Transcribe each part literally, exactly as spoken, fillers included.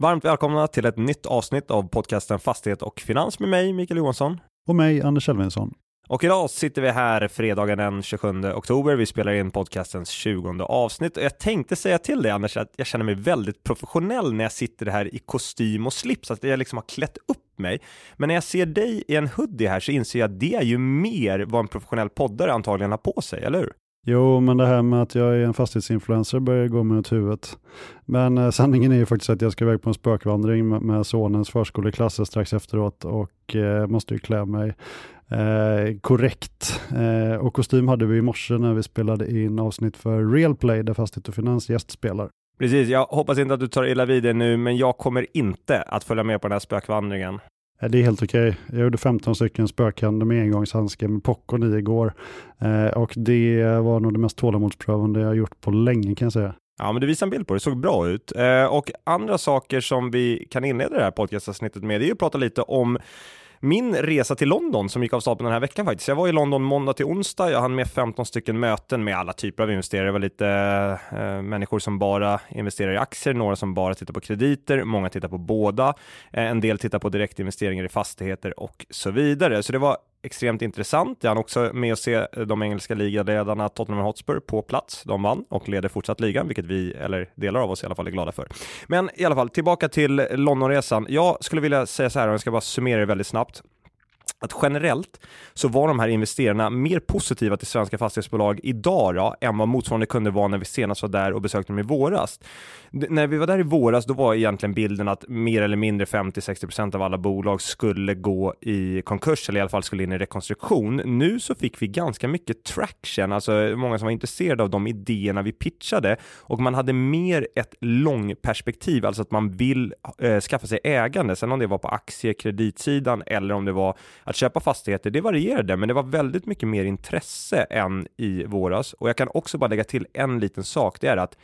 Varmt välkomna till ett nytt avsnitt av podcasten Fastighet och Finans med mig, Mikael Johansson. Och mig, Anders Kjellvinsson. Och idag sitter vi här fredagen den tjugosjunde oktober. Vi spelar in podcastens tjugonde avsnitt. Och jag tänkte säga till dig, Anders, att jag känner mig väldigt professionell när jag sitter här i kostym och slips. Att jag liksom har klätt upp mig. Men när jag ser dig i en hoodie här så inser jag att det är ju mer vad en professionell poddare antagligen har på sig, eller hur? Jo, men det här med att jag är en fastighetsinfluencer börjar gå mig åt huvudet. Men eh, sanningen är ju faktiskt att jag ska iväg på en spökvandring med, med sonens förskoleklasser strax efteråt och eh, måste ju klä mig eh, korrekt. Eh, och kostym hade vi i morse när vi spelade in avsnitt för Real Play där Fastighet och Finans gästspelar. Precis, jag hoppas inte att du tar illa vid det nu, men jag kommer inte att följa med på den här spökvandringen. Det är helt okej. Jag gjorde femton stycken spökhänder med engångshandskar med popcorn i igår. Eh, och det var nog det mest tålamodsprövande jag har gjort på länge, kan jag säga. Ja, men du visade en bild på det. Det såg bra ut. Eh, och andra saker som vi kan inleda det här podcastavsnittet med, det är ju att prata lite om min resa till London som gick av stapeln den här veckan faktiskt. Jag var i London måndag till onsdag. Jag hann med femton stycken möten med alla typer av investerare. Det var lite eh, människor som bara investerar i aktier, några som bara tittar på krediter, många tittar på båda. Eh, en del tittar på direktinvesteringar i fastigheter och så vidare. Så det var extremt intressant. Jag hann också med att se de engelska ligaledarna Tottenham Hotspur på plats. De vann och leder fortsatt ligan, vilket vi, eller delar av oss i alla fall, är glada för. Men i alla fall, tillbaka till Londonresan. Jag skulle vilja säga så här, och jag ska bara summera det väldigt snabbt. Att generellt så var de här investerarna mer positiva till svenska fastighetsbolag idag då, än vad motsvarande kunde vara när vi senast var där och besökte dem i våras. D- när vi var där i våras då var egentligen bilden att mer eller mindre femtio till sextio procent av alla bolag skulle gå i konkurs eller i alla fall skulle in i rekonstruktion. Nu så fick vi ganska mycket traction, alltså många som var intresserade av de idéerna vi pitchade och man hade mer ett långperspektiv, alltså att man vill eh, skaffa sig ägande, sen om det var på aktiekreditsidan eller om det var att köpa fastigheter, det varierade, men det var väldigt mycket mer intresse än i våras. Och jag kan också bara lägga till en liten sak, det är att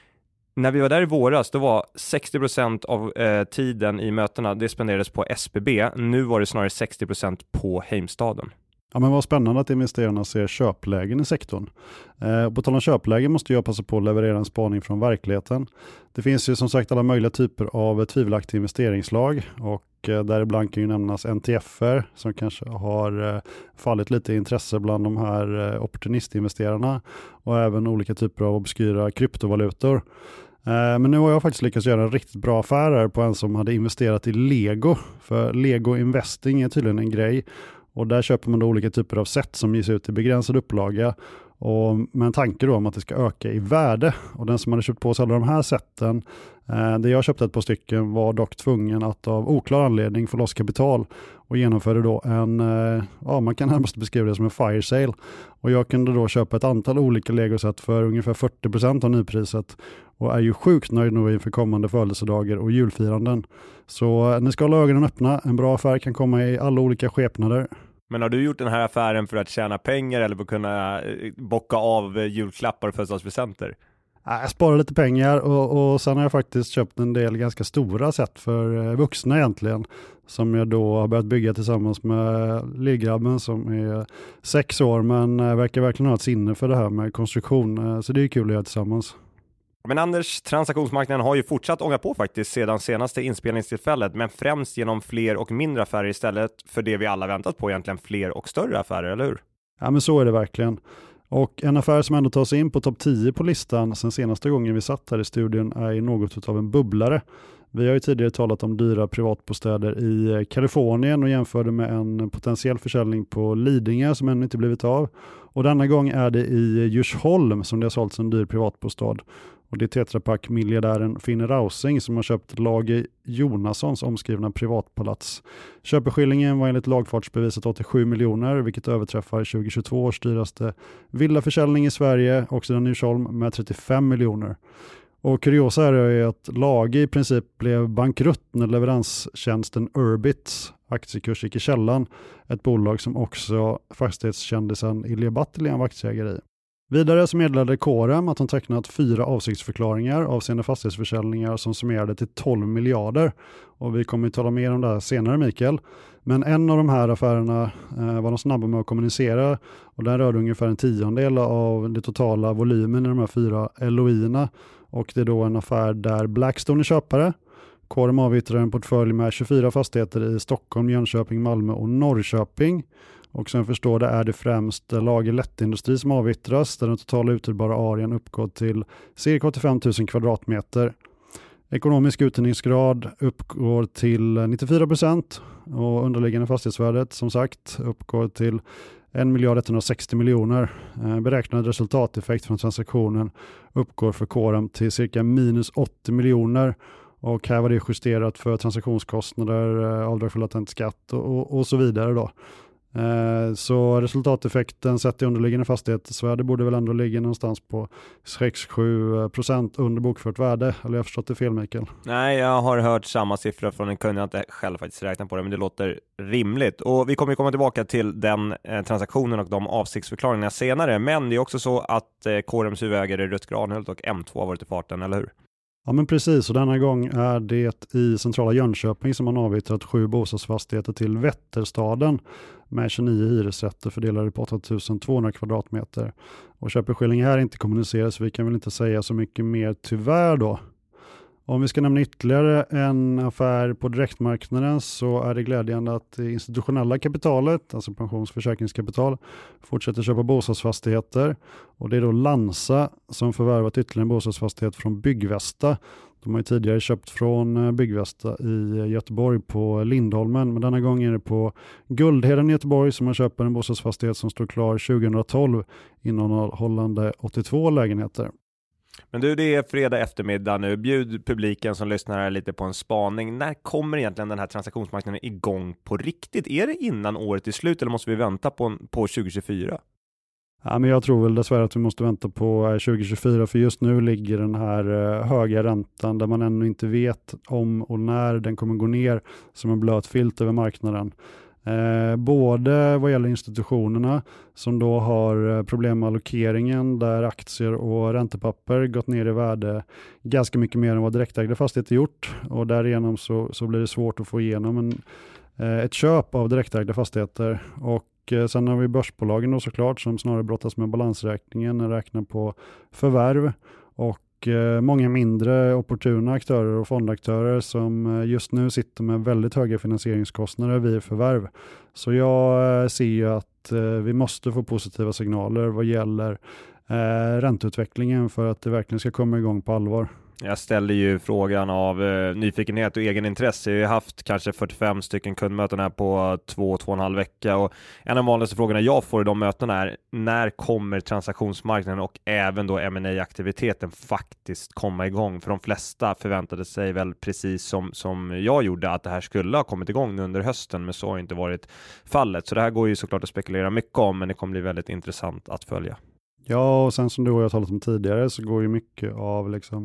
när vi var där i våras, då var sextio procent av eh, tiden i mötena, det spenderades på S B B. Nu var det snarare sextio procent på Heimstaden. Ja, men vad spännande att investerarna ser köplägen i sektorn. Eh, på tal om köplägen måste jag passa på att leverera en spaning från verkligheten. Det finns ju som sagt alla möjliga typer av tvivelaktiga investeringslag och eh, däribland kan ju nämnas N T F-er som kanske har eh, fallit lite i intresse bland de här eh, opportunistinvesterarna och även olika typer av obskyra kryptovalutor. Eh, men nu har jag faktiskt lyckats göra en riktigt bra affär här på en som hade investerat i Lego. För Lego Investing är tydligen en grej. Och där köper man då olika typer av set som ges ut i begränsad upplaga och med en tanke då om att det ska öka i värde. Och den som hade köpt på sig alla de här seten, eh, det jag köpte ett par stycken, var dock tvungen att av oklar anledning få loss kapital och genomförde då en, eh, ja man kan närmast beskriva det som en fire sale. Och jag kunde då köpa ett antal olika Lego-set för ungefär fyrtio procent av nypriset och är ju sjukt nöjd nu inför kommande födelsedagar och julfiranden. Så eh, ni ska hålla ögonen öppna, en bra affär kan komma i alla olika skepnader. Men har du gjort den här affären för att tjäna pengar eller för att kunna bocka av julklappar och födelsedagspresenter? Jag sparar lite pengar och, och sen har jag faktiskt köpt en del ganska stora set för vuxna egentligen. Som jag då har börjat bygga tillsammans med lillgrabben som är sex år men verkar verkligen ha ett sinne för det här med konstruktion. Så det är kul att göra tillsammans. Men Anders, transaktionsmarknaden har ju fortsatt ånga på faktiskt sedan senaste inspelningstillfället, men främst genom fler och mindre affärer istället för det vi alla väntat på, egentligen fler och större affärer, eller hur? Ja, men så är det verkligen. Och en affär som ändå tar sig in på topp tio på listan sen senaste gången vi satt här i studion är något av en bubblare. Vi har ju tidigare talat om dyra privatbostäder i Kalifornien och jämförde med en potentiell försäljning på Lidingö som ännu inte blivit av. Och denna gång är det i Djursholm som det har sålts en dyr privatbostad. Och det är Tetra Pak-miljardären Finn Rausing som har köpt Lage Jonassons omskrivna privatpalats. Köpeskillingen var enligt lagfartsbeviset åttiosju miljoner, vilket överträffar tjugohundratjugotvå års dyraste villaförsäljning i Sverige, också den Djursholm, med trettiofem miljoner. Och kuriosa är ju att Lage i princip blev bankrutt när leveranstjänsten Urbit aktiekurs gick i källan. Ett bolag som också fastighetskändisen Ilja Batljan var aktieägare i. Vidare så meddelade Corem att de tecknat fyra avsiktsförklaringar avseende fastighetsförsäljningar som summerade till tolv miljarder. Och vi kommer att tala mer om det här senare, Mikael. Men en av de här affärerna eh, var de snabba med att kommunicera och den rörde ungefär en tiondel av det totala volymen i de här fyra L O I-erna. Och det är då en affär där Blackstone är köpare, Quorum avyttrar en portfölj med tjugofyra fastigheter i Stockholm, Jönköping, Malmö och Norrköping. Och sen förstår det är det främst lager lättindustri som avyttras, där den totala uthyrningsbara arean uppgår till cirka åttiofem tusen kvadratmeter. Ekonomisk uthyrningsgrad uppgår till nittiofyra procent och underliggande fastighetsvärdet som sagt uppgår till en miljard etthundrasextio miljoner. Beräknad resultateffekt från transaktionen uppgår för Quorum till cirka minus åttio miljoner. Och här var det justerat för transaktionskostnader, avdrag för latent skatt och, och, och så vidare då. Eh, så resultateffekten sett i underliggande fastighetsvärde borde väl ändå ligga någonstans på sex till sju procent under bokfört värde. Eller jag har förstått det fel, Mikael? Nej, jag har hört samma siffra från en kund. Jag har inte själv faktiskt räknat på det, men det låter rimligt. Och vi kommer komma tillbaka till den eh, transaktionen och de avsiktsförklaringarna senare. Men det är också så att eh, Quorums huvudägare Rutger Arnhult och M två har varit i farten, eller hur? Ja, men precis, och denna gång är det i centrala Jönköping som man avyttrat sju bostadsfastigheter till Vätterstaden med tjugonio hyresrätter fördelade på åtta tusen tvåhundra kvadratmeter. Och köpeskilling här inte kommuniceras, så vi kan väl inte säga så mycket mer tyvärr då. Om vi ska nämna ytterligare en affär på direktmarknaden så är det glädjande att det institutionella kapitalet, alltså pensionsförsäkringskapital, fortsätter köpa bostadsfastigheter. Och det är då Lansa som förvärvat ytterligare en bostadsfastighet från Byggvästa. De har ju tidigare köpt från Byggvästa i Göteborg på Lindholmen, men denna gång är det på Guldheden i Göteborg som man köper en bostadsfastighet som står klar tjugohundratolv innehållande åttiotvå lägenheter. Men du, det är fredag eftermiddag nu. Bjud publiken som lyssnar här lite på en spaning. När kommer egentligen den här transaktionsmarknaden igång på riktigt? Är det innan året är slut eller måste vi vänta på, på tjugo tjugofyra? Ja, men jag tror väl dessvärre att vi måste vänta på tjugo tjugofyra, för just nu ligger den här höga räntan där man ännu inte vet om och när den kommer gå ner som en blöt filt över marknaden. Eh, både vad gäller institutionerna som då har problem med allokeringen där aktier och räntepapper gått ner i värde ganska mycket mer än vad direktägda fastigheter gjort, och därigenom så, så blir det svårt att få igenom en, eh, ett köp av direktägda fastigheter. Och eh, sen har vi börsbolagen då såklart som snarare brottas med balansräkningen, räknar på förvärv, och många mindre opportuna aktörer och fondaktörer som just nu sitter med väldigt höga finansieringskostnader vid förvärv. Så jag ser ju att vi måste få positiva signaler vad gäller ränteutvecklingen för att det verkligen ska komma igång på allvar. Jag ställer ju frågan av eh, nyfikenhet och egen intresse. Jag har haft kanske fyrtiofem stycken kundmöten här på två, två och en halv vecka, och en av de vanligaste frågorna jag får i de mötena är: när kommer transaktionsmarknaden och även då M and A-aktiviteten faktiskt komma igång? För de flesta förväntade sig väl precis som, som jag gjorde att det här skulle ha kommit igång under hösten, men så har inte varit fallet. Så det här går ju såklart att spekulera mycket om, men det kommer bli väldigt intressant att följa. Ja, och sen som du och jag har talat om tidigare så går ju mycket av liksom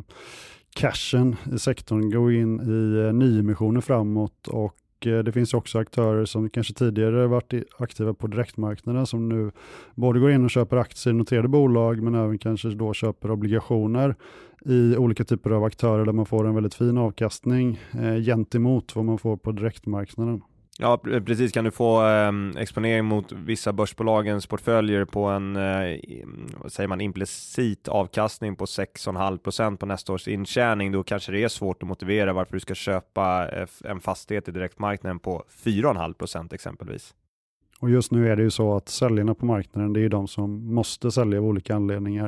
cashen i sektorn går in i nyemissioner framåt, och det finns också aktörer som kanske tidigare varit aktiva på direktmarknaden som nu både går in och köper aktier i noterade bolag men även kanske då köper obligationer i olika typer av aktörer där man får en väldigt fin avkastning eh, gentemot vad man får på direktmarknaden. Ja, precis. Kan du få eh, exponering mot vissa börsbolagens portföljer på en eh, vad säger man, implicit avkastning på sex komma fem procent på nästa års intjäning, då kanske det är svårt att motivera varför du ska köpa eh, en fastighet i direktmarknaden på fyra komma fem procent exempelvis. Och just nu är det ju så att säljarna på marknaden, det är de som måste sälja av olika anledningar.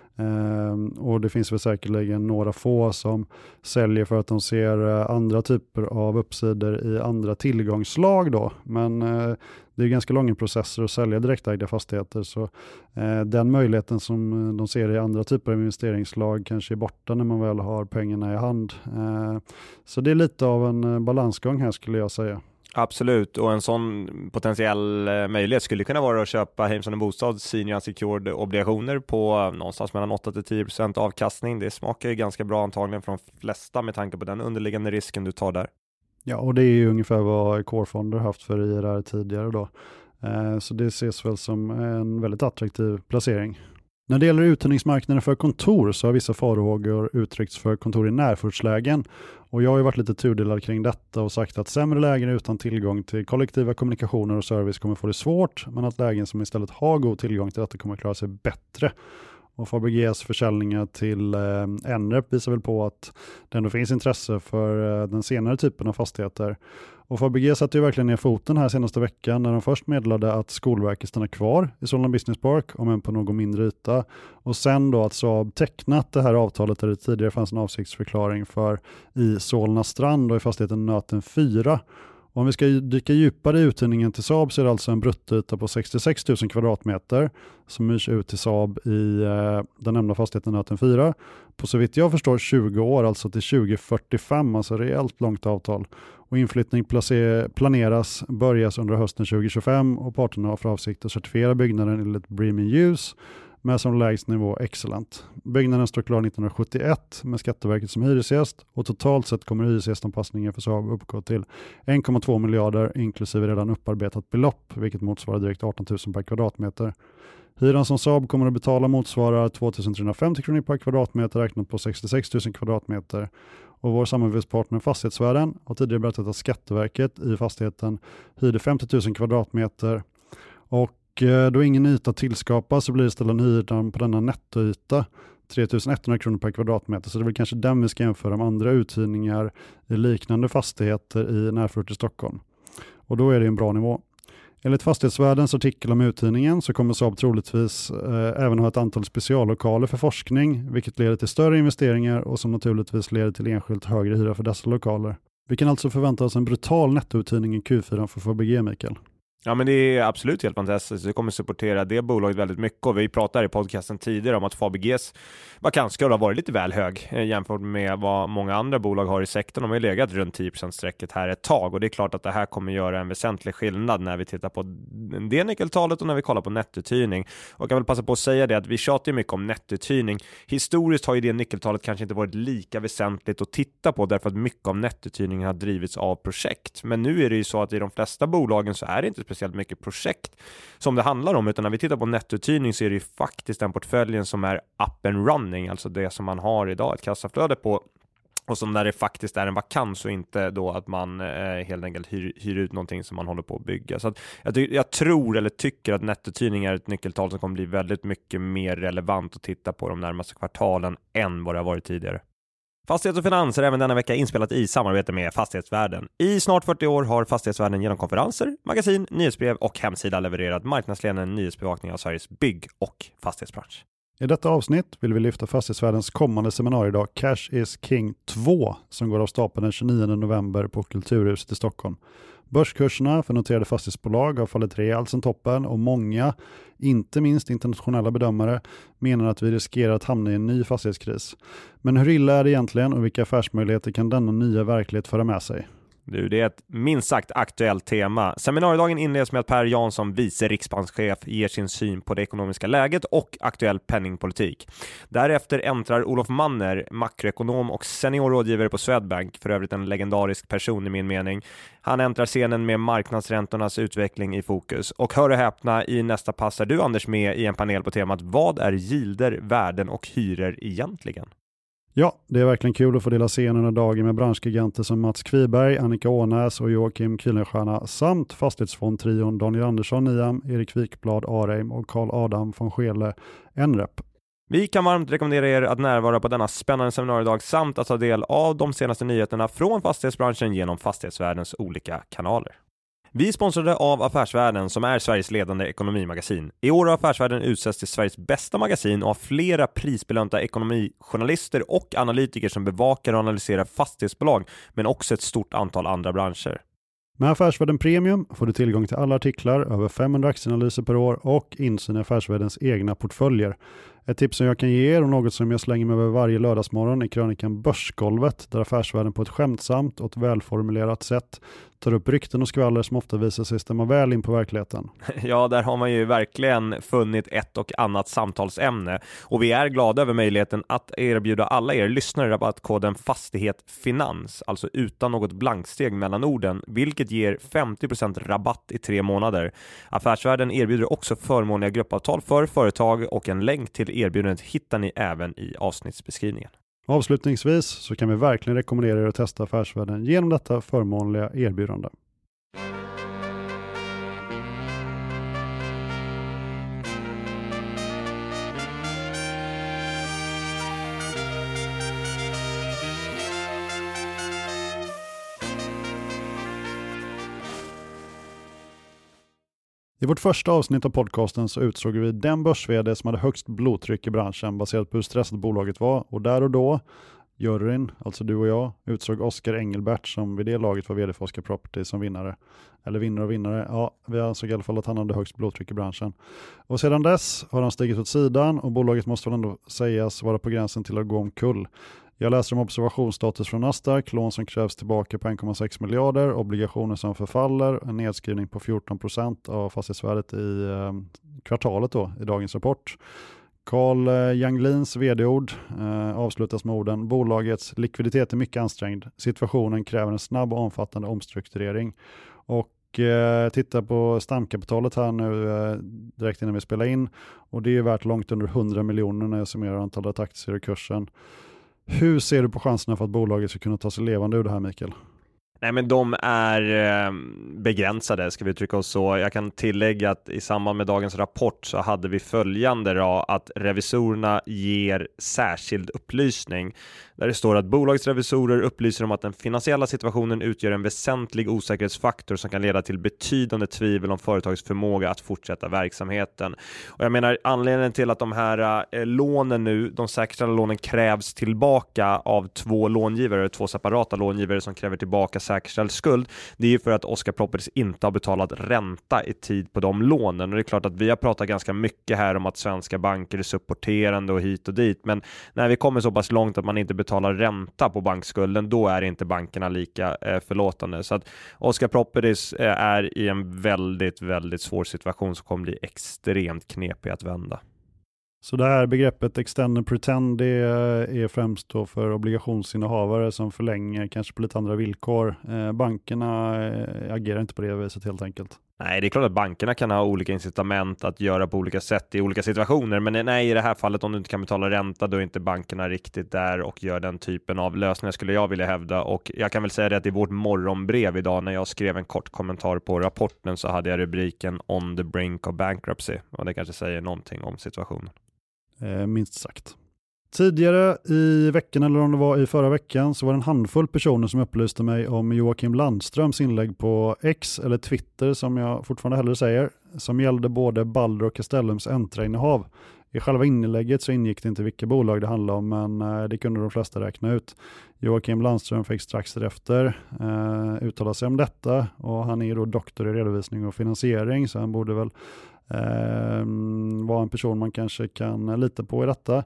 Um, och det finns väl säkerligen några få som säljer för att de ser uh, andra typer av uppsidor i andra tillgångslag då. Men uh, det är ganska långa processer att sälja direktägda fastigheter, så uh, den möjligheten som de ser i andra typer av investeringslag kanske är borta när man väl har pengarna i hand. Uh, så det är lite av en uh, balansgång här skulle jag säga. Absolut, och en sån potentiell möjlighet skulle kunna vara att köpa Heimson och Bostad senior unsecured obligationer på någonstans mellan åtta till tio procent avkastning. Det smakar ju ganska bra antagligen för de flesta med tanke på den underliggande risken du tar där. Ja, och det är ju ungefär vad Core-fonder haft för I R R tidigare då. Eh, så det ses väl som en väldigt attraktiv placering. När det gäller uthyrningsmarknaden för kontor så har vissa farhågor uttryckts för kontor i närförortslägen, och jag har ju varit lite tudelad kring detta och sagt att sämre lägen utan tillgång till kollektiva kommunikationer och service kommer få det svårt, men att lägen som istället har god tillgång till detta kommer klara sig bättre. Och Fabeges försäljningar till eh, N R E P visar väl på att det ändå finns intresse för eh, den senare typen av fastigheter. Och Fabege satte ju verkligen ner foten här senaste veckan när de först meddelade att Skolverket stannar kvar i Solna Business Park, om än på någon mindre yta. Och sen då att Saab tecknat det här avtalet där det tidigare fanns en avsiktsförklaring för i Solna strand och i fastigheten Nöten fyra. Och om vi ska dyka djupare i uthyrningen till Saab så är det alltså en bruttoyta på sextiosex tusen kvadratmeter som hyrs ut till Saab i eh, den nämnda fastigheten Nöten fyra på så vitt jag förstår tjugo år, alltså till tjugo fyrtiofem, alltså rejält långt avtal. Och inflyttning placer- planeras börjas under hösten tjugo tjugofem och parterna har för avsikt att certifiera byggnaden enligt BREEAM in use med som lägst nivå excellent. Byggnaden står klar nittonhundrasjuttioett med Skatteverket som hyresgäst och totalt sett kommer hyresgästanpassningen för Saab uppgå till en komma två miljarder inklusive redan upparbetat belopp, vilket motsvarar drygt arton tusen per kvadratmeter. Hyran som Saab kommer att betala motsvarar två tusen trehundrafemtio kronor per kvadratmeter räknat på sextiosex tusen kvadratmeter. Och vår samarbetspartner Fastighetsvärden har tidigare berättat att Skatteverket i fastigheten hyrde femtio tusen kvadratmeter och då ingen yta tillskapas så blir det istället hyran på denna nettoyta tre tusen etthundra kronor per kvadratmeter. Så det är väl kanske den vi ska jämföra med andra uthyrningar i liknande fastigheter i närfört i Stockholm. Och då är det en bra nivå. Enligt Fastighetsvärdens artikel om uthyrningen så kommer Saab troligtvis eh, även ha ett antal speciallokaler för forskning, vilket leder till större investeringar och som naturligtvis leder till enskilt högre hyra för dessa lokaler. Vi kan alltså förvänta oss en brutal nettouthyrning i Q fyra för Fabege, Mikael. Ja, men det är absolut helt fantastiskt. Vi kommer supportera det bolaget väldigt mycket och vi pratade i podcasten tidigare om att Fabeges vakansgrad har varit lite väl hög jämfört med vad många andra bolag har i sektorn. De har legat runt tio procent-strecket här ett tag och det är klart att det här kommer göra en väsentlig skillnad när vi tittar på det nyckeltalet och när vi kollar på nettouthyrning. Och jag vill passa på att säga det att vi tjatar mycket om nettouthyrning. Historiskt har ju det nyckeltalet kanske inte varit lika väsentligt att titta på därför att mycket av nettouthyrningen har drivits av projekt. Men nu är det ju så att i de flesta bolagen så är det inte speciellt mycket projekt som det handlar om, utan när vi tittar på nettouthyrning så är det ju faktiskt den portföljen som är up and running, alltså det som man har idag ett kassaflöde på och som när det faktiskt är en vakans och inte då att man eh, helt enkelt hyr, hyr ut någonting som man håller på att bygga. Så att jag, jag tror eller tycker att nettouthyrning är ett nyckeltal som kommer bli väldigt mycket mer relevant att titta på de närmaste kvartalen än vad det har varit tidigare. Fastighet och finans är även denna vecka inspelat i samarbete med Fastighetsvärden. I snart fyrtio år har Fastighetsvärden genom konferenser, magasin, nyhetsbrev och hemsida levererat marknadsledande nyhetsbevakning av Sveriges bygg- och fastighetsbransch. I detta avsnitt vill vi lyfta Fastighetsvärdens kommande seminariedag Cash is King två som går av stapeln den tjugonionde november på Kulturhuset i Stockholm. Börskurserna för noterade fastighetsbolag har fallit rejält sedan toppen och många, inte minst internationella bedömare, menar att vi riskerar att hamna i en ny fastighetskris. Men hur illa är det egentligen och vilka affärsmöjligheter kan denna nya verklighet föra med sig? Du, det är ett minst sagt aktuellt tema. Seminariedagen inleds med att Per Jansson, vice riksbankschef, ger sin syn på det ekonomiska läget och aktuell penningpolitik. Därefter äntrar Olof Manner, makroekonom och seniorrådgivare på Swedbank, för övrigt en legendarisk person i min mening. Han äntrar scenen med marknadsräntornas utveckling i fokus. Och hör och häpna, i nästa pass är du, Anders, med i en panel på temat vad är yielder, värden och hyror egentligen? Ja, det är verkligen kul att få dela scenen under dagen med branschgiganter som Mats Kviberg, Annika Ånäs och Joakim Kühlenstierna samt fastighetsfondtrion Daniel Andersson, Niam, Erik Wikblad, Areim och Carl Adam von Schele, N R E P. Vi kan varmt rekommendera er att närvara på denna spännande seminariedag samt att ta del av de senaste nyheterna från fastighetsbranschen genom Fastighetsvärdens olika kanaler. Vi är sponsrade av Affärsvärlden som är Sveriges ledande ekonomimagasin. I år har Affärsvärlden utsetts till Sveriges bästa magasin och har flera prisbelönta ekonomijournalister och analytiker som bevakar och analyserar fastighetsbolag, men också ett stort antal andra branscher. Med Affärsvärlden Premium får du tillgång till alla artiklar, över femhundra aktieanalyser per år och insyn i Affärsvärldens egna portföljer. Ett tips som jag kan ge er och något som jag slänger mig över varje lördagsmorgon är krönikan Börsgolvet, där Affärsvärlden på ett skämtsamt och ett välformulerat sätt tar upp rykten och skvaller som ofta visar sig stämma väl in på verkligheten. Ja, där har man ju verkligen funnit ett och annat samtalsämne och vi är glada över möjligheten att erbjuda alla er lyssnare rabattkoden FASTIGHETFINANS, alltså utan något blanksteg mellan orden, vilket ger femtio procent rabatt i tre månader. Affärsvärlden erbjuder också förmånliga gruppavtal för företag och en länk till erbjudandet hittar ni även i avsnittsbeskrivningen. Avslutningsvis så kan vi verkligen rekommendera er att testa Affärsvärlden genom detta förmånliga erbjudande. I vårt första avsnitt av podcasten så utsåg vi den börs-vd som hade högst blodtryck i branschen baserat på hur stressat bolaget var. Och där och då, juryn, alltså du och jag, utsåg Oskar Engelbert som vid det laget var vd för Oscar Property som vinnare. Eller vinnare och vinnare. Ja, vi ansåg i alla fall att han hade högst blodtryck i branschen. Och sedan dess har han stigit åt sidan och bolaget måste väl ändå sägas vara på gränsen till att gå omkull. Jag läser om observationsstatus från Nasdaq, lån som krävs tillbaka på en komma sex miljarder, obligationer som förfaller, en nedskrivning på fjorton procent av fastighetsvärdet i eh, kvartalet då, i dagens rapport. Carl Janglins vd-ord eh, avslutas med orden: bolagets likviditet är mycket ansträngd. Situationen kräver en snabb och omfattande omstrukturering. Och eh, titta på stamkapitalet här nu eh, direkt innan vi spelar in. Och det är värt långt under hundra miljoner när jag summerar antalet aktier i kursen. Hur ser du på chanserna för att bolaget ska kunna ta sig levande ur det här, Mikael? Nej, men de är eh, begränsade, ska vi uttrycka oss så. Jag kan tillägga att i samband med dagens rapport så hade vi följande då, att revisorerna ger särskild upplysning. Där det står att bolagets revisorer upplyser om att den finansiella situationen utgör en väsentlig osäkerhetsfaktor som kan leda till betydande tvivel om företagets förmåga att fortsätta verksamheten. Och jag menar, anledningen till att de här eh, lånen nu, de säkerställda lånen krävs tillbaka av två långivare, två separata långivare som kräver tillbaka säkerställd skuld, det är ju för att Oscar Properties inte har betalat ränta i tid på de lånen. Och det är klart att vi har pratat ganska mycket här om att svenska banker är supporterande och hit och dit, men när vi kommer så pass långt att man inte betalar ränta på bankskulden, då är inte bankerna lika eh, förlåtande. Så att Oscar Properties eh, är i en väldigt, väldigt svår situation som kommer bli extremt knepig att vända. Så det här begreppet extended pretend, det är främst då för obligationsinnehavare som förlänger kanske på lite andra villkor. Eh, bankerna eh, agerar inte på det viset helt enkelt. Nej, det är klart att bankerna kan ha olika incitament att göra på olika sätt i olika situationer. Men nej, i det här fallet, om du inte kan betala ränta, då är inte bankerna riktigt där och gör den typen av lösningar, skulle jag vilja hävda. Och jag kan väl säga det att i vårt morgonbrev idag, när jag skrev en kort kommentar på rapporten, så hade jag rubriken On the brink of bankruptcy. Och det kanske säger någonting om situationen. Eh, minst sagt. Tidigare i veckan, eller om det var i förra veckan, så var det en handfull personer som upplyste mig om Joakim Landströms inlägg på X, eller Twitter som jag fortfarande hellre säger, som gällde både Balder och Castellums Entra-innehav. I själva inlägget så ingick det inte vilka bolag det handlade om, men det kunde de flesta räkna ut. Joakim Landström fick strax därefter eh, uttala sig om detta, och han är då doktor i redovisning och finansiering, så han borde väl eh, vara en person man kanske kan lita på i detta.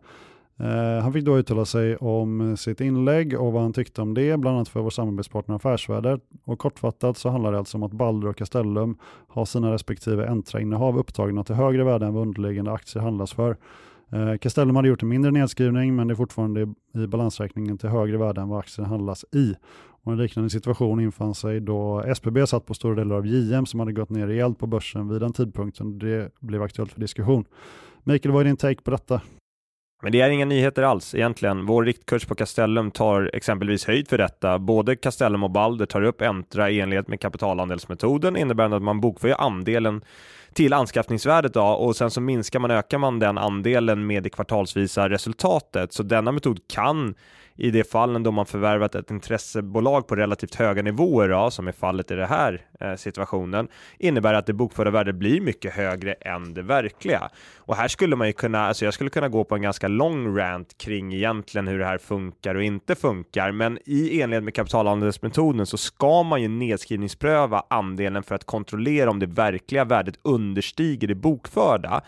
Uh, han fick då uttala sig om sitt inlägg och vad han tyckte om det, bland annat för vår samarbetspartner Affärsvärlden. Och kortfattat så handlar det alltså om att Balder och Castellum har sina respektive Entra-innehav upptagna till högre värde än vad underliggande aktier handlas för. Uh, Castellum hade gjort en mindre nedskrivning, men det är fortfarande i balansräkningen till högre värde än vad aktien handlas i. Och en liknande situation infann sig då S B B satt på stora delar av J M som hade gått ner rejält på börsen vid den tidpunkten det blev aktuellt för diskussion. Mikael, vad är din take på detta? Men det är inga nyheter alls egentligen. Vår riktkurs på Castellum tar exempelvis höjd för detta. Både Castellum och Balder tar upp Entra i enlighet med kapitalandelsmetoden, innebärande att man bokför andelen till anskaffningsvärdet då, och sen så minskar man, ökar man den andelen med det kvartalsvisa resultatet. Så denna metod kan, i de fallen då man förvärvat ett intressebolag på relativt höga nivåer, då, som är fallet i den här eh, situationen, innebär att det bokförda värdet blir mycket högre än det verkliga. Och här skulle man ju kunna, alltså jag skulle kunna gå på en ganska lång rant kring egentligen hur det här funkar och inte funkar, men i enlighet med kapitalandelsmetoden så ska man ju nedskrivningspröva andelen för att kontrollera om det verkliga värdet understiger det bokförda.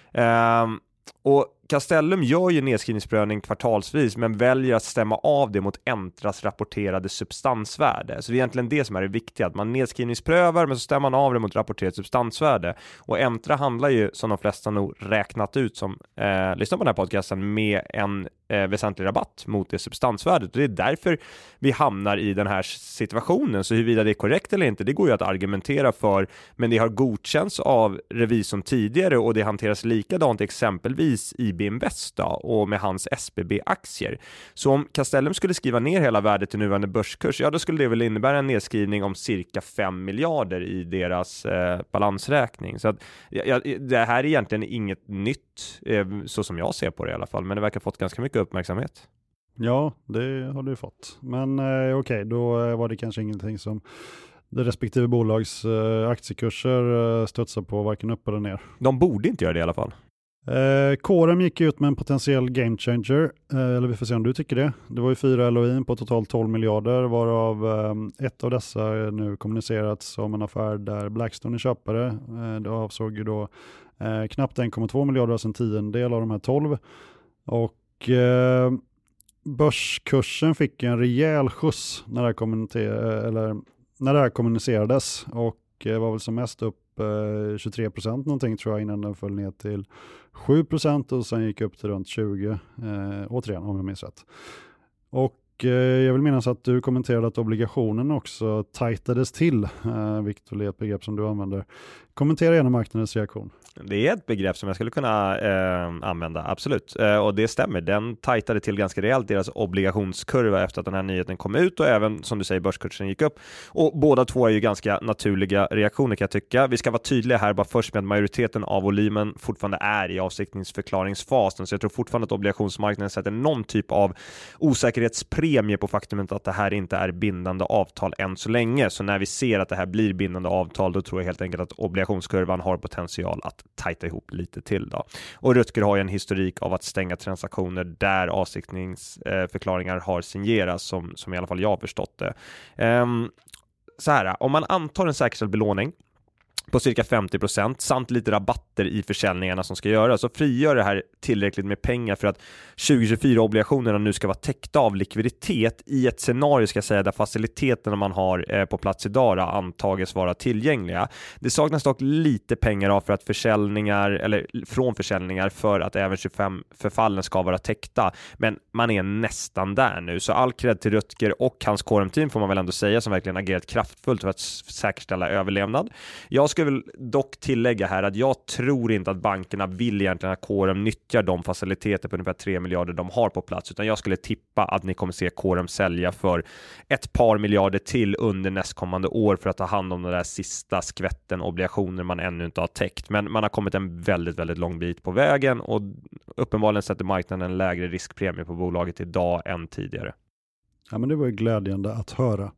Um, och Castellum gör ju nedskrivningsprövning kvartalsvis, men väljer att stämma av det mot Entras rapporterade substansvärde. Så det är egentligen det som är det viktiga, att man nedskrivningsprövar men så stämmer man av det mot rapporterat substansvärde. Och Entra handlar ju, som de flesta nog räknat ut som eh, lyssnar på den här podcasten, med en eh, väsentlig rabatt mot det substansvärdet. Och det är därför vi hamnar i den här situationen. Så huruvida det är korrekt eller inte, det går ju att argumentera för, men det har godkänts av revisorn tidigare och det hanteras likadant exempelvis i Invest då, och med hans S B B-aktier. Så om Castellum skulle skriva ner hela värdet till nuvarande börskurs, ja då skulle det väl innebära en nedskrivning om cirka fem miljarder i deras eh, balansräkning. Så att, ja, det här är egentligen inget nytt, eh, så som jag ser på det i alla fall, men det verkar ha fått ganska mycket uppmärksamhet. Ja, det har du fått. Men eh, okej, okay, då var det kanske ingenting som det respektive bolags eh, aktiekurser eh, studsar på varken upp eller ner. De borde inte göra det i alla fall. Eh, Corem gick ut med en potentiell game changer, eh, eller vi får se om du tycker det. Det var ju fyra L O I på totalt tolv miljarder, varav eh, ett av dessa är nu kommunicerats som en affär där Blackstone är köpare. Eh, det avsåg ju då eh, knappt en komma två miljarder, alltså en tiondel av de här tolv. Och eh, börskursen fick en rejäl skjuts när det här, kommenter- eller, när det här kommunicerades och eh, var väl som mest upp tjugotre procent någonting tror jag innan den föll ner till sju procent och sen gick upp till runt tjugo eh, återigen om jag minns rätt. Och eh, jag vill minnas att du kommenterade att obligationen också tajtades till, eh, vilket är ett begrepp som du använder. Kommentera gärna marknadens reaktion. Det är ett begrepp som jag skulle kunna eh, använda, absolut. Eh, och det stämmer, den tajtade till ganska rejält deras obligationskurva efter att den här nyheten kom ut och även, som du säger, börskursen gick upp. Och båda två är ju ganska naturliga reaktioner kan jag tycka. Vi ska vara tydliga här bara först med att majoriteten av volymen fortfarande är i avsiktningsförklaringsfasen. Så jag tror fortfarande att obligationsmarknaden sätter någon typ av osäkerhetspremie på faktumet att det här inte är bindande avtal än så länge. Så när vi ser att det här blir bindande avtal, då tror jag helt enkelt att obligationskurvan har potential att tajta ihop lite till då. Och Rutger har ju en historik av att stänga transaktioner där avsiktningsförklaringar har signerats som, som i alla fall jag har förstått det. Um, så här, om man antar en säkerställd belåning på cirka femtio procent samt lite rabatter i försäljningarna som ska göras, så frigör det här tillräckligt med pengar för att tjugo tjugofyra-obligationerna nu ska vara täckta av likviditet i ett scenario, ska jag säga, där faciliteterna man har eh, på plats idag antages vara tillgängliga. Det saknas dock lite pengar av för att försäljningar, eller från försäljningar för att även tjugofem förfallen ska vara täckta, men man är nästan där nu. Så all cred till Rutger och hans Corem-team får man väl ändå säga, som verkligen agerat kraftfullt för att säkerställa överlevnad. Jag skulle väl dock tillägga här att jag tror inte att bankerna vill egentligen att Corem nyttjar de faciliteter på ungefär tre miljarder de har på plats, utan jag skulle tippa att ni kommer se Corem sälja för ett par miljarder till under nästkommande år för att ta hand om den där sista skvätten obligationer man ännu inte har täckt. Men man har kommit en väldigt, väldigt lång bit på vägen och uppenbarligen sätter marknaden en lägre riskpremie på bolaget idag än tidigare. Ja, men det var ju glädjande att höra.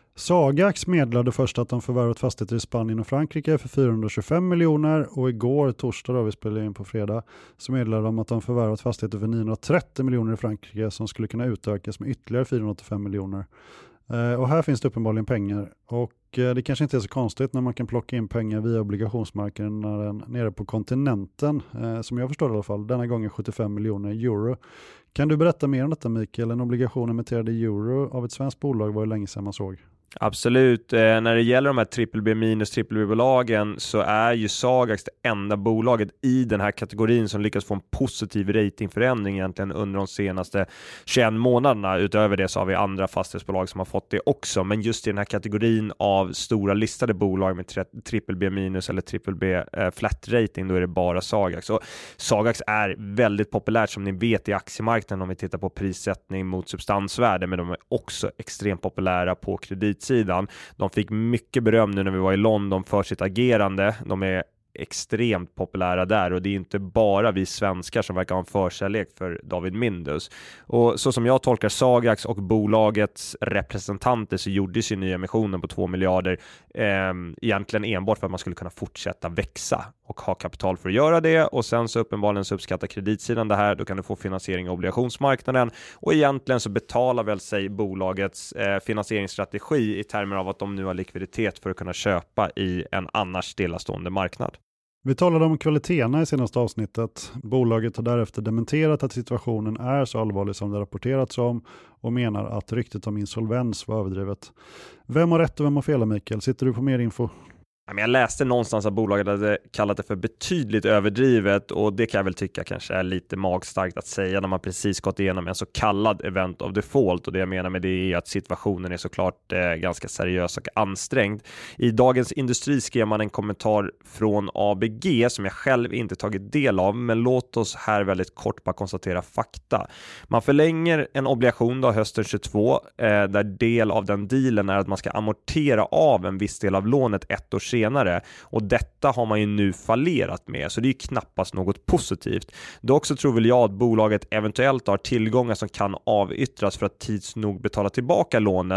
Sagax meddelade först att de förvärvat fastigheter i Spanien och Frankrike för fyrahundratjugofem miljoner och igår, torsdag då, vi spelar in på fredag, så meddelade de att de förvärvat fastigheter för niohundratrettio miljoner i Frankrike som skulle kunna utökas med ytterligare fyrahundraåttiofem miljoner. Eh, och här finns det uppenbarligen pengar och eh, det kanske inte är så konstigt när man kan plocka in pengar via obligationsmarknaden nere på kontinenten, eh, som jag förstår i alla fall, denna gången sjuttiofem miljoner euro. Kan du berätta mer om detta, Mikael? En obligation emitterad i euro av ett svenskt bolag var ju länge sedan man såg. Absolut. Eh, när det gäller de här triple B minus triple B-bolagen så är ju Sagax det enda bolaget i den här kategorin som lyckas få en positiv ratingförändring egentligen under de senaste tjugoett månaderna. Utöver det så har vi andra fastighetsbolag som har fått det också. Men just i den här kategorin av stora listade bolag med triple B minus eller triple B eh, flat rating, då är det bara Sagax. Och Sagax är väldigt populärt som ni vet i aktiemarknaden om vi tittar på prissättning mot substansvärde, men de är också extremt populära på kreditsidan. De fick mycket beröm nu när vi var i London för sitt agerande. De är extremt populära där och det är inte bara vi svenskar som verkar ha en förkärlek för David Mindus. Och så som jag tolkar Sagax och bolagets representanter så gjordes ju nyemissionen på två miljarder eh, egentligen enbart för att man skulle kunna fortsätta växa och ha kapital för att göra det, och sen så uppenbarligen så uppskattar kreditsidan det här, då kan du få finansiering i obligationsmarknaden och egentligen så betalar väl sig bolagets eh, finansieringsstrategi i termer av att de nu har likviditet för att kunna köpa i en annars stillastående marknad. Vi talade om kvaliteterna i senaste avsnittet. Bolaget har därefter dementerat att situationen är så allvarlig som det rapporterats om och menar att ryktet om insolvens var överdrivet. Vem har rätt och vem har fel, Mikael? Sitter du på mer info? Jag läste någonstans att bolaget hade kallat det för betydligt överdrivet, och det kan jag väl tycka kanske är lite magstarkt att säga när man precis gått igenom en så kallad event of default, och det jag menar med det är att situationen är såklart eh, ganska seriös och ansträngd. I Dagens Industri skrev man en kommentar från A B G som jag själv inte tagit del av, men låt oss här väldigt kort bara konstatera fakta. Man förlänger en obligation då hösten tjugotvå eh, där del av den dealen är att man ska amortera av en viss del av lånet ett år senare. Senare. Och detta har man ju nu fallerat med, så det är ju knappast något positivt. Dock så tror väl jag att bolaget eventuellt har tillgångar som kan avyttras för att tids nog betala tillbaka lånen,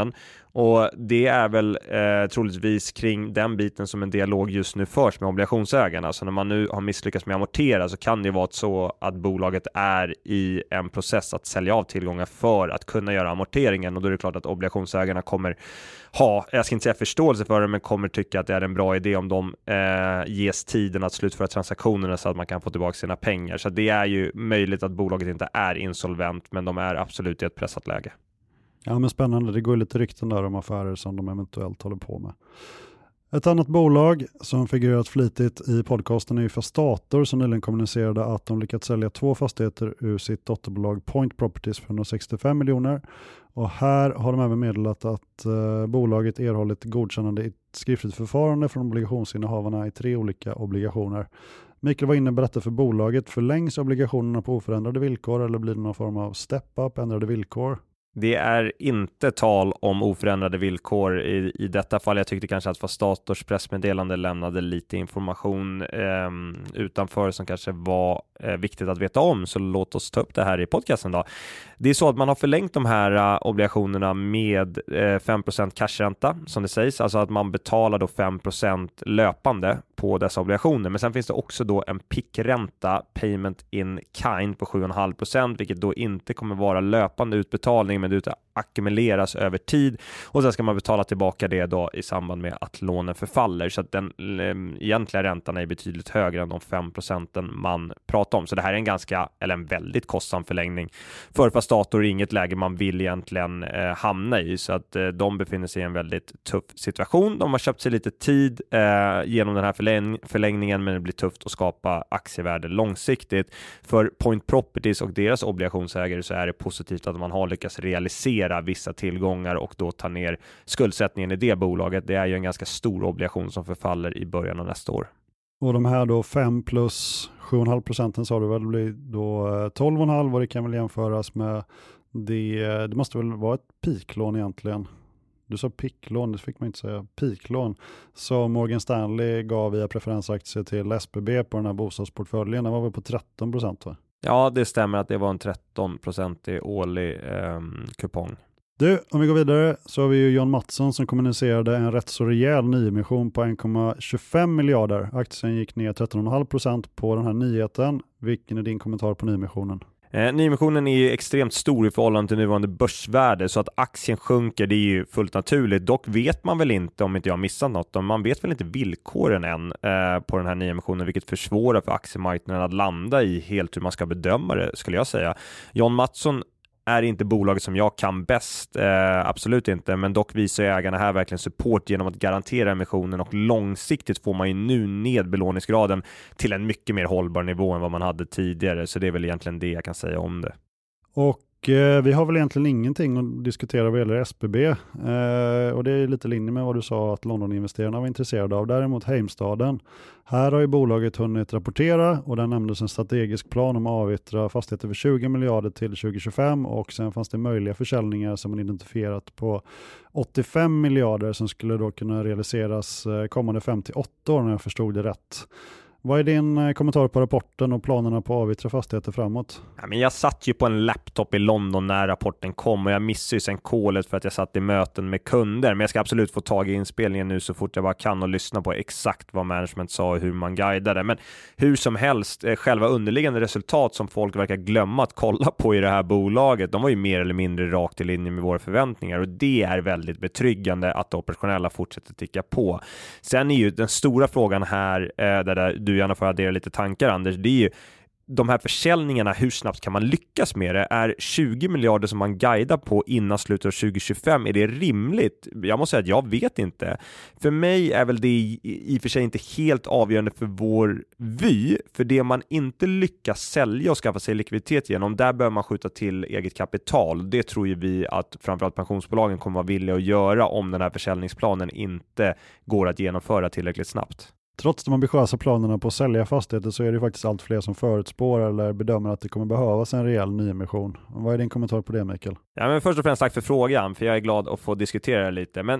Och det är väl eh, troligtvis kring den biten som en dialog just nu förs med obligationsägarna. Så när man nu har misslyckats med att amortera så kan det vara så att bolaget är i en process att sälja av tillgångar för att kunna göra amorteringen, och då är det klart att obligationsägarna kommer ha, jag ska inte säga förståelse för det, men kommer tycka att det är en bra idé om de eh, ges tiden att slutföra transaktionerna så att man kan få tillbaka sina pengar. Så det är ju möjligt att bolaget inte är insolvent, men de är absolut i ett pressat läge. Ja, men spännande. Det går lite rykten där om affärer som de eventuellt håller på med. Ett annat bolag som figurerat flitigt i podcasten är ju Fastator, som nyligen kommunicerade att de lyckats sälja två fastigheter ur sitt dotterbolag Point Properties för hundrasextiofem miljoner. Och här har de även meddelat att eh, bolaget erhållit godkännande i ett skriftligt förfarande från obligationsinnehavarna i tre olika obligationer. Mikael var inne på detta för bolaget. Förlängs obligationerna på oförändrade villkor eller blir det någon form av step-up, ändrade villkor? Det är inte tal om oförändrade villkor i, i detta fall. Jag tyckte kanske att Fastators pressmeddelande lämnade lite information eh, utanför som kanske var eh, viktigt att veta om. Så låt oss ta upp det här i podcasten då. Det är så att man har förlängt de här uh, obligationerna med uh, fem procent cashränta som det sägs. Alltså att man betalar då fem procent löpande på dessa obligationer. Men sen finns det också då en P I K-ränta, payment in kind, på sju komma fem procent, vilket då inte kommer vara löpande utbetalning, men det ackumuleras över tid, och sen ska man betala tillbaka det då i samband med att lånen förfaller, så att den eh, egentliga räntan är betydligt högre än de fem procenten man pratar om. Så det här är en ganska, eller en väldigt kostsam förlängning för Fastator, inget läge man vill egentligen eh, hamna i, så att eh, de befinner sig i en väldigt tuff situation. De har köpt sig lite tid eh, genom den här förläng- förlängningen, men det blir tufft att skapa aktievärde långsiktigt. För Point Properties och deras obligationsägare så är det positivt att man har lyckats realisera vissa tillgångar och då ta ner skuldsättningen i det bolaget. Det är ju en ganska stor obligation som förfaller i början av nästa år. Och de här då fem plus sju komma fem procenten sa du väl, blir då tolv komma fem, och det kan väl jämföras med det, det måste väl vara ett piklån egentligen. Du sa piklån, det fick man inte säga, piklån som Morgan Stanley gav via preferensaktier till S B B på den här bostadsportföljen. Den var väl på tretton procent, va? Ja, det stämmer att det var en tretton procent i årlig eh, kupong. Du, om vi går vidare så har vi ju John Mattsson som kommunicerade en rätt så rejäl nyemission på en komma tjugofem miljarder. Aktien gick ner tretton komma fem procent på den här nyheten. Vilken är din kommentar på nyemissionen? Eh, nyemissionen är ju extremt stor i förhållande till nuvarande börsvärde, så att aktien sjunker, det är ju fullt naturligt. Dock vet man väl inte, om inte jag har missat något, man vet väl inte villkoren än eh, på den här nyemissionen, vilket försvårar för aktiemarknaden att landa i helt hur man ska bedöma det, skulle jag säga. John Mattsson är inte bolaget som jag kan bäst, eh, absolut inte, men dock visar ägarna här verkligen support genom att garantera emissionen, och långsiktigt får man ju nu ned belåningsgraden till en mycket mer hållbar nivå än vad man hade tidigare, så det är väl egentligen det jag kan säga om det. Och eh, vi har väl egentligen ingenting att diskutera vad gäller S B B, eh, och det är lite linje med vad du sa att Londoninvesterarna var intresserade av. Däremot Heimstaden, här har ju bolaget hunnit rapportera, och där nämndes en strategisk plan om att avyttra fastigheter för tjugo miljarder till tjugo tjugofem, och sen fanns det möjliga försäljningar som man identifierat på åttiofem miljarder som skulle då kunna realiseras kommande fem till åtta år, när jag förstod det rätt. Vad är din kommentar på rapporten och planerna på att avyttra fastigheter framåt? Ja, men jag satt ju på en laptop i London när rapporten kom, och jag missade ju sen callet för att jag satt i möten med kunder. Men jag ska absolut få tag i inspelningen nu så fort jag bara kan och lyssna på exakt vad management sa och hur man guidade. Men hur som helst, själva underliggande resultat som folk verkar glömma att kolla på i det här bolaget, de var ju mer eller mindre rakt i linje med våra förväntningar, och det är väldigt betryggande att det operationella fortsätter ticka på. Sen är ju den stora frågan här, där, där du gärna får addera lite tankar, Anders, det är ju de här försäljningarna, hur snabbt kan man lyckas med det? Är tjugo miljarder som man guidar på innan slutet av tjugo tjugofem, är det rimligt? Jag måste säga att jag vet inte. För mig är väl det i, i och för sig inte helt avgörande för vår vy, för det man inte lyckas sälja och skaffa sig likviditet genom, där bör man skjuta till eget kapital. Det tror ju vi att framförallt pensionsbolagen kommer vara villiga att göra om den här försäljningsplanen inte går att genomföra tillräckligt snabbt. Trots de ambitiösa planerna på att sälja fastigheter så är det faktiskt allt fler som förutspår eller bedömer att det kommer behövas en rejäl nyemission. Vad är din kommentar på det, Mikael? Ja, men först och främst tack för frågan, för jag är glad att få diskutera det lite. Men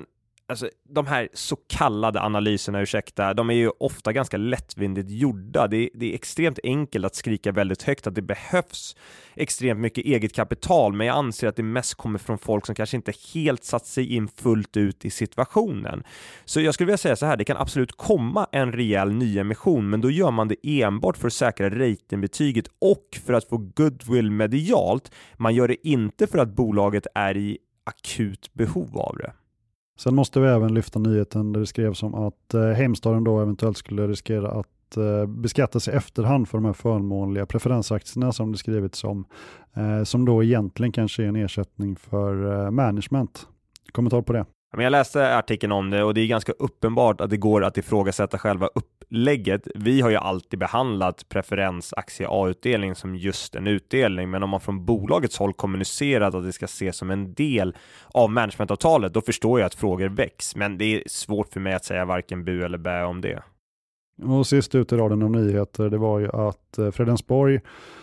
alltså, de här så kallade analyserna, ursäkta, de är ju ofta ganska lättvindigt gjorda. Det är, det är extremt enkelt att skrika väldigt högt att det behövs extremt mycket eget kapital, men jag anser att det mest kommer från folk som kanske inte helt satt sig in fullt ut i situationen. Så jag skulle vilja säga så här, det kan absolut komma en rejäl nyemission, men då gör man det enbart för att säkra ratingbetyget och för att få goodwill medialt. Man gör det inte för att bolaget är i akut behov av det. Sen måste vi även lyfta nyheten där det skrevs om att eh, Heimstaden då eventuellt skulle riskera att eh, beskattas i efterhand för de här förmånliga preferensaktierna som det skrivits om, eh, som då egentligen kanske är en ersättning för eh, management. Kommentar på det? Men jag läste artikeln om det och det är ganska uppenbart att det går att ifrågasätta själva upplägget. Vi har ju alltid behandlat preferensaktie A-utdelning som just en utdelning, men om man från bolagets håll kommunicerat att det ska ses som en del av managementavtalet, då förstår jag att frågor väcks. Men det är svårt för mig att säga varken bu eller bä om det. Och sist ut i raden av nyheter, det var ju att eh, Fredensborg,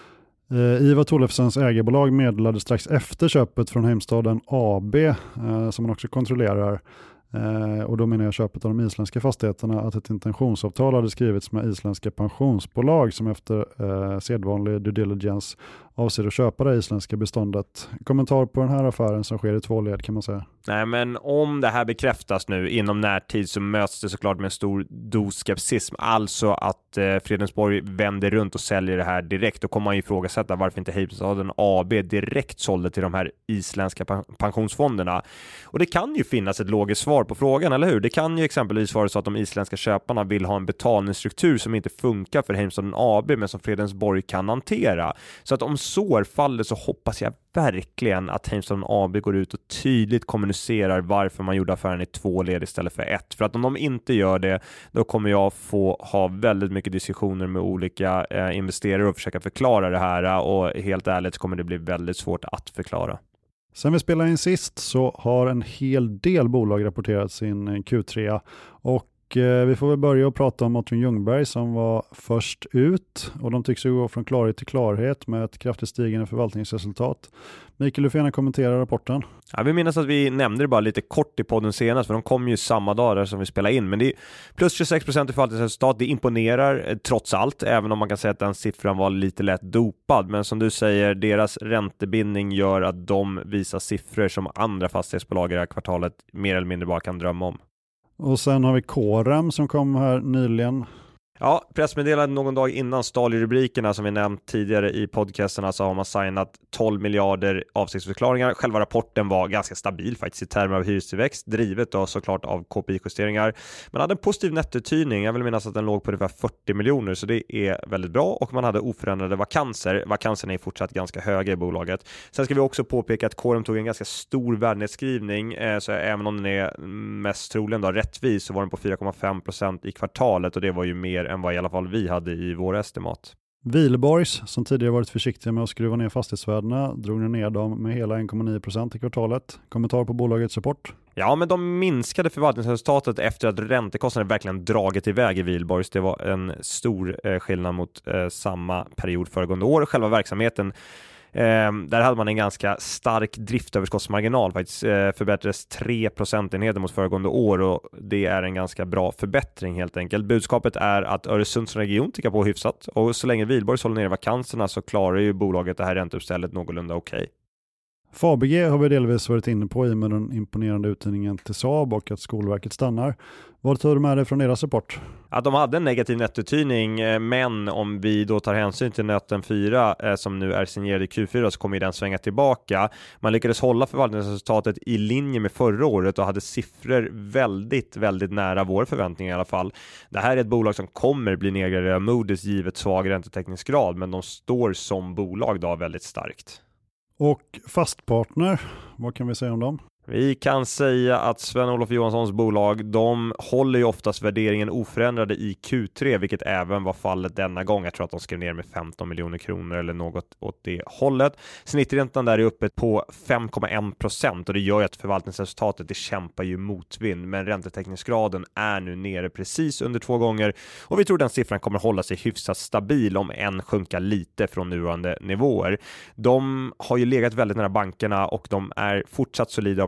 Eh, Ivar Tollefsens ägarbolag, meddelade strax efter köpet från Heimstaden A B, eh, som man också kontrollerar, eh, och då menar jag köpet av de isländska fastigheterna, att ett intentionsavtal hade skrivits med isländska pensionsbolag som efter eh, sedvanlig due diligence avser att köpa det isländska beståndet. Kommentar på den här affären som sker i två led, kan man säga. Nej, men om det här bekräftas nu inom närtid så möts det såklart med en stor dos skepsism. Alltså att eh, Fredensborg vänder runt och säljer det här direkt. Då kommer man ju ifrågasätta varför inte Heimstaden A B direkt sålde till de här isländska pen- pensionsfonderna. Och det kan ju finnas ett logiskt svar på frågan, eller hur? Det kan ju exempelvis vara så att de isländska köparna vill ha en betalningsstruktur som inte funkar för Heimstaden A B men som Fredensborg kan hantera. Så att om så är fallet så hoppas jag verkligen att Heimstaden A B går ut och tydligt kommunicerar varför man gjorde affären i två led istället för ett. För att om de inte gör det, då kommer jag få ha väldigt mycket diskussioner med olika eh, investerare och försöka förklara det här, och helt ärligt kommer det bli väldigt svårt att förklara. Sen vi spelade in sist så har en hel del bolag rapporterat sin Q tre, och vi får väl börja att prata om Atrium Ljungberg som var först ut, och de tycks ju gå från klarhet till klarhet med ett kraftigt stigande förvaltningsresultat. Mikael, du får gärna kommentera rapporten. Ja, vi minns att vi nämnde det bara lite kort i podden senast, för de kom ju samma dag där som vi spelade in, men det är plus tjugosex procent i förvaltningsresultat. Det imponerar trots allt, även om man kan säga att den siffran var lite lätt dopad, men som du säger, deras räntebindning gör att de visar siffror som andra fastighetsbolag i det här kvartalet mer eller mindre bara kan drömma om. Och sen har vi Corem som kom här nyligen. Ja, pressmeddelande någon dag innan stal i rubrikerna som vi nämnt tidigare i podcasterna, så har man signat tolv miljarder avsiktsförklaringar. Själva rapporten var ganska stabil faktiskt i termer av hyrestillväxt, drivet då såklart av K P I-justeringar. Man hade en positiv nettouthyrning, jag vill minnas att den låg på ungefär fyrtio miljoner, så det är väldigt bra, och man hade oförändrade vakanser. Vakanserna är fortsatt ganska höga i bolaget. Sen ska vi också påpeka att Corem tog en ganska stor värdenedsskrivning, så även om den är mest troligen då rättvis så var den på fyra komma fem procent i kvartalet, och det var ju mer än vad i alla fall vi hade i våra estimat. Wihlborgs, som tidigare varit försiktiga med att skruva ner fastighetsvärdena, drog ner dem med hela en komma nio procent i kvartalet. Kommentar på bolagets rapport? Ja, men de minskade förvaltningsresultatet efter att räntekostnaden verkligen dragit iväg i Wihlborgs. Det var en stor eh, skillnad mot eh, samma period föregående år. Själva verksamheten, Eh, där hade man en ganska stark driftöverskottsmarginal, faktiskt eh, förbättrades tre procentenheter mot föregående år, och det är en ganska bra förbättring helt enkelt. Budskapet är att Öresundsregion tickar på hyfsat, och så länge Wihlborgs håller ner vakanserna så klarar ju bolaget det här ränteuppstället någorlunda okej. Okay. F A B G har vi delvis varit inne på i med den imponerande uttagningen till Saab och att Skolverket stannar. Vad tar du med dig från deras rapport? Att de hade en negativ nettouthyrning, men om vi då tar hänsyn till nöten fyra eh, som nu är signerad i Q fyra, så kommer den svänga tillbaka. Man lyckades hålla förvaltningsresultatet i linje med förra året och hade siffror väldigt, väldigt nära vår förväntning i alla fall. Det här är ett bolag som kommer bli nedgraderat av Moody's givet svag räntetäckningsgrad, men de står som bolag då väldigt starkt. Och Fastpartner, vad kan vi säga om dem? Vi kan säga att Sven-Olof Johanssons bolag, de håller ju oftast värderingen oförändrade i Q tre, vilket även var fallet denna gång. Jag tror att de skrev ner med femton miljoner kronor eller något åt det hållet. Snitträntan där är uppe på fem komma en procent, och det gör ju att förvaltningsresultatet det kämpar ju motvind, men räntetäckningsgraden är nu nere precis under två gånger, och vi tror den siffran kommer hålla sig hyfsat stabil, om än sjunka lite från nuvarande nivåer. De har ju legat väldigt nära bankerna och de är fortsatt solida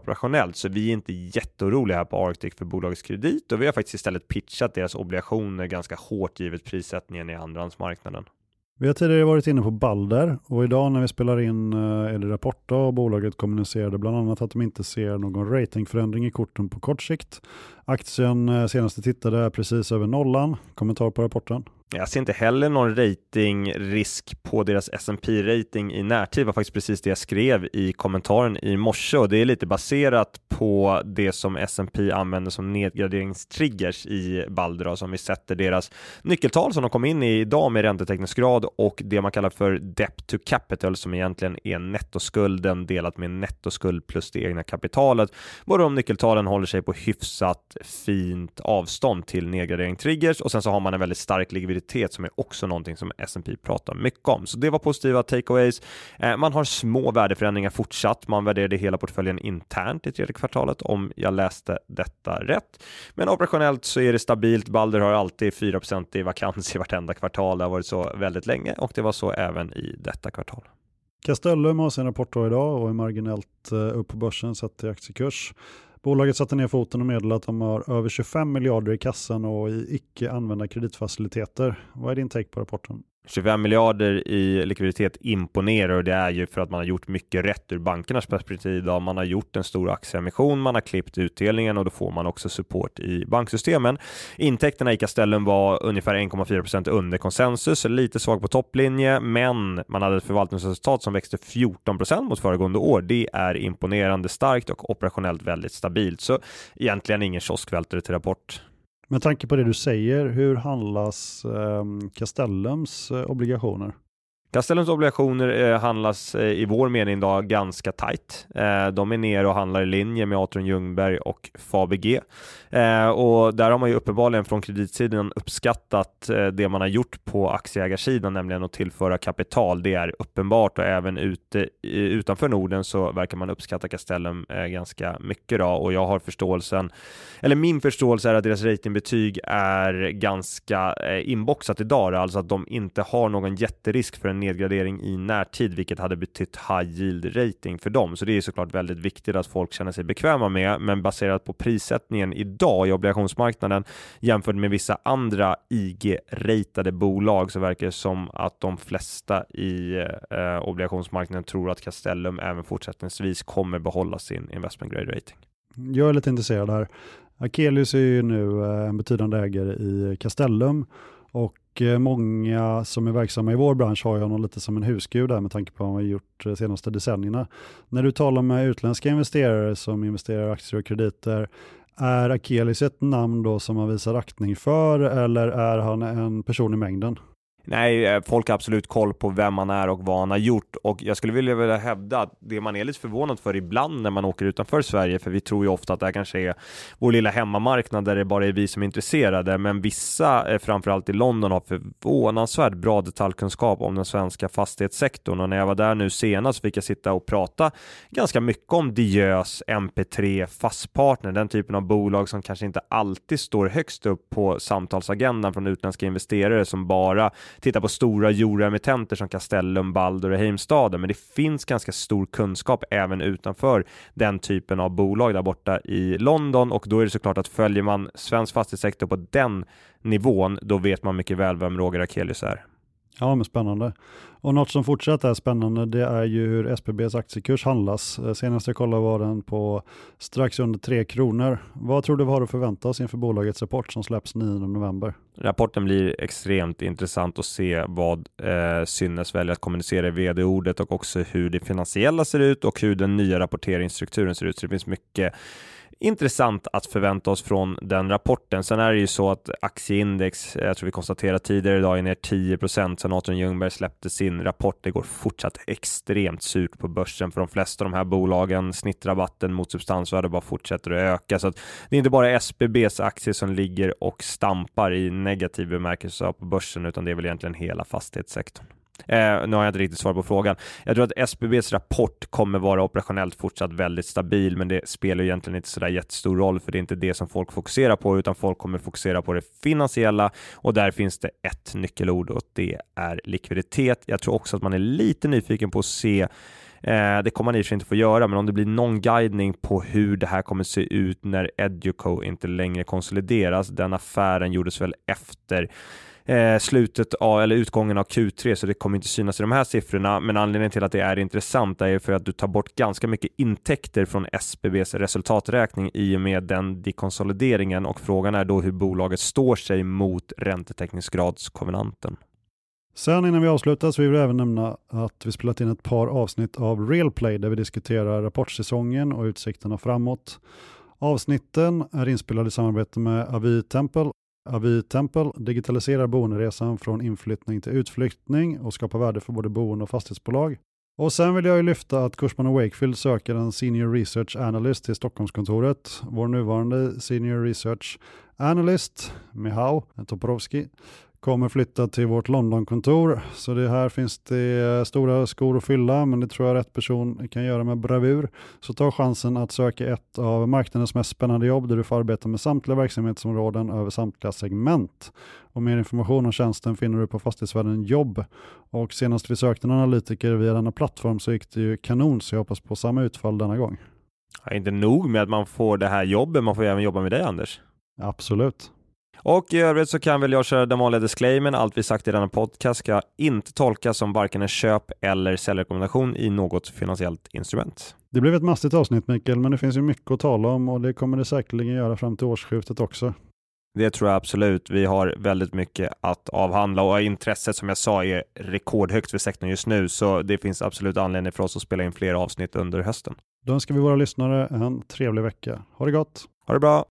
operationellt, så vi är inte jätteoroliga här på Arctic för bolagets kredit, och vi har faktiskt istället pitchat deras obligationer ganska hårt givet prissättningen i andrahandsmarknaden. Vi har tidigare varit inne på Balder, och idag när vi spelar in är det Rapport och bolaget kommunicerade bland annat att de inte ser någon ratingförändring i korten på kort sikt. Aktien senaste tittade är precis över nollan. Kommentar på rapporten? Jag ser inte heller någon ratingrisk på deras S and P-rating i närtid. Det var faktiskt precis det jag skrev i kommentaren i morse, och det är lite baserat på det som S and P använder som nedgraderingstriggers i Balder, som vi sätter deras nyckeltal som de kom in i idag med räntetäckningsgrad och det man kallar för debt to capital, som egentligen är nettoskulden delat med nettoskuld plus det egna kapitalet. Båda de nyckeltalen håller sig på hyfsat fint avstånd till nedgradering-triggers, och sen så har man en väldigt stark likviditet som är också någonting som S and P pratar mycket om. Så det var positiva takeaways. Eh, man har små värdeförändringar fortsatt. Man värderade hela portföljen internt i tredje kvartalet om jag läste detta rätt. Men operationellt så är det stabilt. Balder har alltid fyra procent i vakans i vartenda kvartal. Det har varit så väldigt länge, och det var så även i detta kvartal. Castellum har sin rapport då idag och är marginellt upp på börsen sett till aktiekurs. Bolaget satte ner foten och meddelade att de har över tjugofem miljarder i kassan och i icke använda kreditfaciliteter. Vad är din take på rapporten? tjugofem miljarder i likviditet imponerar, och det är ju för att man har gjort mycket rätt ur bankernas perspektiv. Då man har gjort en stor aktieemission, man har klippt utdelningen, och då får man också support i banksystemen. Intäkterna i Castellum var ungefär en komma fyra procent under konsensus, lite svag på topplinje, men man hade ett förvaltningsresultat som växte fjorton procent mot föregående år. Det är imponerande starkt och operationellt väldigt stabilt, så egentligen ingen kioskvältare till rapport. Med tanke på det du säger, hur handlas eh, Castellums eh, obligationer? Castellums obligationer eh, handlas eh, i vår mening då ganska tajt. Eh, de är ner och handlar i linje med Atrium Ljungberg och F A B G. Eh, och där har man ju uppenbarligen från kreditsidan uppskattat eh, det man har gjort på aktieägarsidan, nämligen att tillföra kapital. Det är uppenbart, och även ute, utanför Norden så verkar man uppskatta Castellum eh, ganska mycket då. Och jag har förståelsen, eller min förståelse är att deras ratingbetyg är ganska eh, inboxat idag. Alltså att de inte har någon jätterisk för en nedgradering i närtid, vilket hade betytt high yield rating för dem. Så det är såklart väldigt viktigt att folk känner sig bekväma med, men baserat på prissättningen idag i obligationsmarknaden jämfört med vissa andra I G-ratade bolag så verkar det som att de flesta i eh, obligationsmarknaden tror att Castellum även fortsättningsvis kommer behålla sin investment grade rating. Jag är lite intresserad här. Akelius är ju nu en betydande ägare i Castellum, och många som är verksamma i vår bransch har ju honom lite som en husgud där med tanke på vad man har gjort de senaste decennierna. När du talar med utländska investerare som investerar i aktier och krediter, är Akelius ett namn då som man visar aktning för, eller är han en person i mängden? Nej, folk har absolut koll på vem man är och vad han har gjort, och jag skulle vilja, vilja hävda att det man är lite förvånad för ibland när man åker utanför Sverige, för vi tror ju ofta att det här kanske är vår lilla hemmamarknad där det bara är vi som är intresserade, men vissa, framförallt i London, har förvånansvärt bra detaljkunskap om den svenska fastighetssektorn, och när jag var där nu senast fick jag sitta och prata ganska mycket om Diös, M P tre, Fastpartner, den typen av bolag som kanske inte alltid står högst upp på samtalsagendan från utländska investerare som bara titta på stora euroemittenter som Castellum, Balder och Heimstaden, men det finns ganska stor kunskap även utanför den typen av bolag där borta i London, och då är det såklart att följer man svensk fastighetssektor på den nivån, då vet man mycket väl vem Roger Akelius är. Ja, men spännande. Och något som fortsatt är spännande, det är ju hur S B B:s aktiekurs handlas. Senast jag kollade var den på strax under tre kronor. Vad tror du vi har att förvänta oss inför bolagets rapport som släpps nionde november? Rapporten blir extremt intressant att se vad eh, Synnes väljer att kommunicera i vd-ordet, och också hur det finansiella ser ut och hur den nya rapporteringsstrukturen ser ut. Så det finns mycket intressant att förvänta oss från den rapporten. Sen är det ju så att aktieindex, jag tror vi konstaterade tidigare idag, är ner tio procent sen Atrium Ljungberg släppte sin rapport. Det går fortsatt extremt surt på börsen för de flesta av de här bolagen. Snittrabatten mot substansvärde bara fortsätter att öka. Så att det är inte bara S B B:s aktier som ligger och stampar i negativ bemärkelse på börsen, utan det är väl egentligen hela fastighetssektorn. Eh, nu har jag inte riktigt svar på frågan. Jag tror att S B B:s rapport kommer vara operationellt fortsatt väldigt stabil, men det spelar egentligen inte sådär jättestor roll, för det är inte det som folk fokuserar på, utan folk kommer fokusera på det finansiella, och där finns det ett nyckelord och det är likviditet. Jag tror också att man är lite nyfiken på att se Eh, det kommer man i och för sig inte få göra, men om det blir någon guidning på hur det här kommer se ut när Educo inte längre konsolideras. Den affären gjordes väl efter Eh, slutet av, eller utgången av Q tre, så det kommer inte synas i de här siffrorna, men anledningen till att det är intressant är för att du tar bort ganska mycket intäkter från S B B:s resultaträkning i och med den dekonsolideringen, och frågan är då hur bolaget står sig mot räntetäckningsgradskonvenanten. Sen innan vi avslutar så vill vi även nämna att vi spelat in ett par avsnitt av Real Play där vi diskuterar rapportsäsongen och utsikterna framåt. Avsnitten är inspelade i samarbete med Avi Temple. Avi Temple digitaliserar boenderesan från inflyttning till utflyttning och skapar värde för både boende och fastighetsbolag. Och sen vill jag ju lyfta att Cushman och Wakefield söker en Senior Research Analyst till Stockholmskontoret. Vår nuvarande Senior Research Analyst, Michał Toporowski, kommer flytta till vårt Londonkontor. Så det här finns det stora skor att fylla, men det tror jag rätt person kan göra med bravur. Så ta chansen att söka ett av marknadens mest spännande jobb där du får arbeta med samtliga verksamhetsområden över samtliga segment. Och mer information om tjänsten finner du på Fastighetsvärlden jobb. Och senast vi sökte en analytiker via denna plattform så gick det ju kanon, så jag hoppas på samma utfall denna gång. Ja, inte nog med att man får det här jobbet, man får även jobba med dig, Anders. Absolut. Och i övrigt så kan väl jag köra den vanliga disclaimen. Allt vi sagt i denna podcast ska inte tolkas som varken en köp- eller säljrekommendation i något finansiellt instrument. Det blev ett mastigt avsnitt, Mikael, men det finns ju mycket att tala om och det kommer det säkerligen göra fram till årsskiftet också. Det tror jag absolut. Vi har väldigt mycket att avhandla och intresset, som jag sa, är rekordhögt för sektorn just nu, så det finns absolut anledning för oss att spela in fler avsnitt under hösten. Då önskar vi våra lyssnare en trevlig vecka. Ha det gott! Ha det bra!